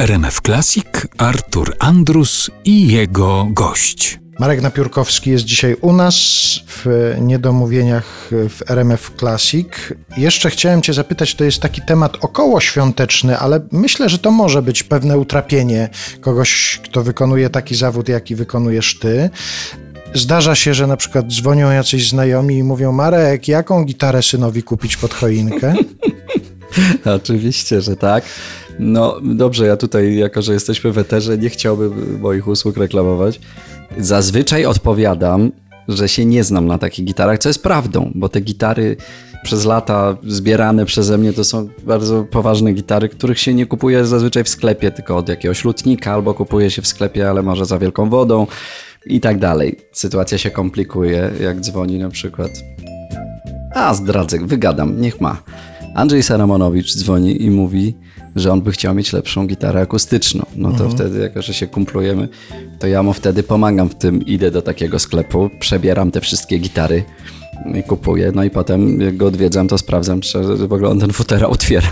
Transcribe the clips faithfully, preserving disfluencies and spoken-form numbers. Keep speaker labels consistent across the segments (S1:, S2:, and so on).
S1: R M F Classic Artur Andrus i jego gość.
S2: Marek Napiórkowski jest dzisiaj u nas w Niedomówieniach w R M F Classic. Jeszcze chciałem cię zapytać, to jest taki temat okołoświąteczny, ale myślę, że to może być pewne utrapienie kogoś, kto wykonuje taki zawód, jaki wykonujesz ty. Zdarza się, że na przykład dzwonią jacyś znajomi i mówią: Marek, jaką gitarę synowi kupić pod choinkę?
S3: Oczywiście, że tak. No dobrze, ja tutaj, jako że jesteśmy w eterze, nie chciałbym moich usług reklamować. Zazwyczaj odpowiadam, że się nie znam na takich gitarach, co jest prawdą, bo te gitary przez lata zbierane przeze mnie to są bardzo poważne gitary, których się nie kupuje zazwyczaj w sklepie, tylko od jakiegoś lutnika, albo kupuje się w sklepie, ale może za wielką wodą i tak dalej. Sytuacja się komplikuje, jak dzwoni na przykład. A, zdradzę, wygadam, niech ma. Andrzej Saramonowicz dzwoni i mówi, że on by chciał mieć lepszą gitarę akustyczną. No to mhm. wtedy, jako że się kumplujemy, to ja mu wtedy pomagam w tym. Idę do takiego sklepu, przebieram te wszystkie gitary i kupuję. No i potem, jak go odwiedzam, to sprawdzam, czy w ogóle on ten futera otwiera.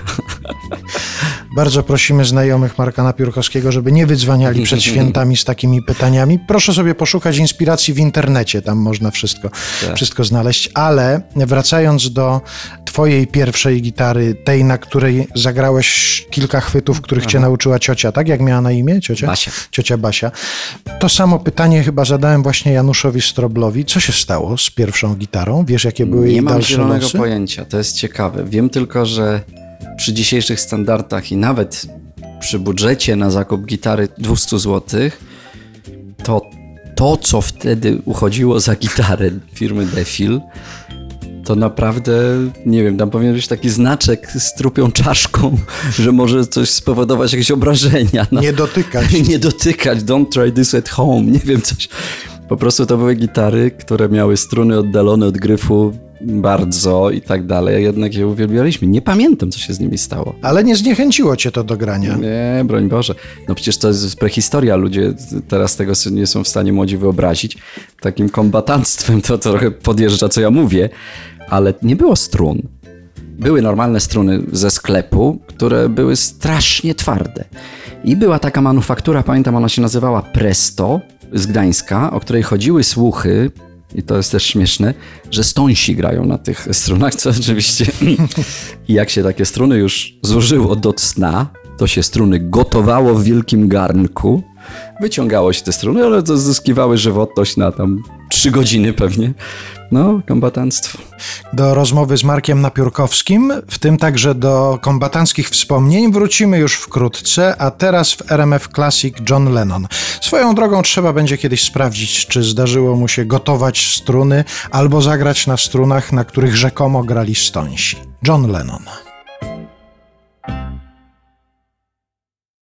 S2: Bardzo prosimy znajomych Marka Napiórkowskiego, żeby nie wydzwaniali przed świętami z takimi pytaniami. Proszę sobie poszukać inspiracji w internecie, tam można wszystko, tak. wszystko znaleźć. Ale wracając do twojej pierwszej gitary, tej, na której zagrałeś kilka chwytów, których Aha. cię nauczyła ciocia, tak? Jak miała na imię? Ciocia?
S3: Basia.
S2: Ciocia Basia. To samo pytanie chyba zadałem właśnie Januszowi Stroblowi. Co się stało z pierwszą gitarą? Wiesz, jakie były
S3: nie
S2: jej dalsze losy?
S3: Nie mam zielonego pojęcia, to jest ciekawe. Wiem tylko, że przy dzisiejszych standardach i nawet przy budżecie na zakup gitary dwieście złotych, to to, co wtedy uchodziło za gitarę firmy Defil, to naprawdę, nie wiem, tam powinien być taki znaczek z trupią czaszką, że może coś spowodować jakieś obrażenia. No.
S2: Nie dotykać.
S3: Nie dotykać, don't try this at home, nie wiem, coś. Po prostu to były gitary, które miały struny oddalone od gryfu bardzo i tak dalej, a jednak je uwielbialiśmy. Nie pamiętam, co się z nimi stało.
S2: Ale nie zniechęciło cię to do grania.
S3: Nie, broń Boże. No przecież to jest prehistoria. Ludzie teraz tego nie są w stanie młodzi wyobrazić. Takim kombatanstwem to trochę podjeżdża, co ja mówię, ale nie było strun. Były normalne struny ze sklepu, które były strasznie twarde. I była taka manufaktura, pamiętam, ona się nazywała Presto z Gdańska, o której chodziły słuchy, i to jest też śmieszne, że Stonsi grają na tych strunach, co oczywiście... I jak się takie struny już zużyło do cna, to się struny gotowało w wielkim garnku, wyciągało się te struny, ale to zyskiwały żywotność na tam trzy godziny pewnie. No, kombatanstwo.
S2: Do rozmowy z Markiem Napiórkowskim, w tym także do kombatanckich wspomnień, wrócimy już wkrótce, a teraz w R M F Classic John Lennon. Swoją drogą trzeba będzie kiedyś sprawdzić, czy zdarzyło mu się gotować struny albo zagrać na strunach, na których rzekomo grali Stonsi. John Lennon.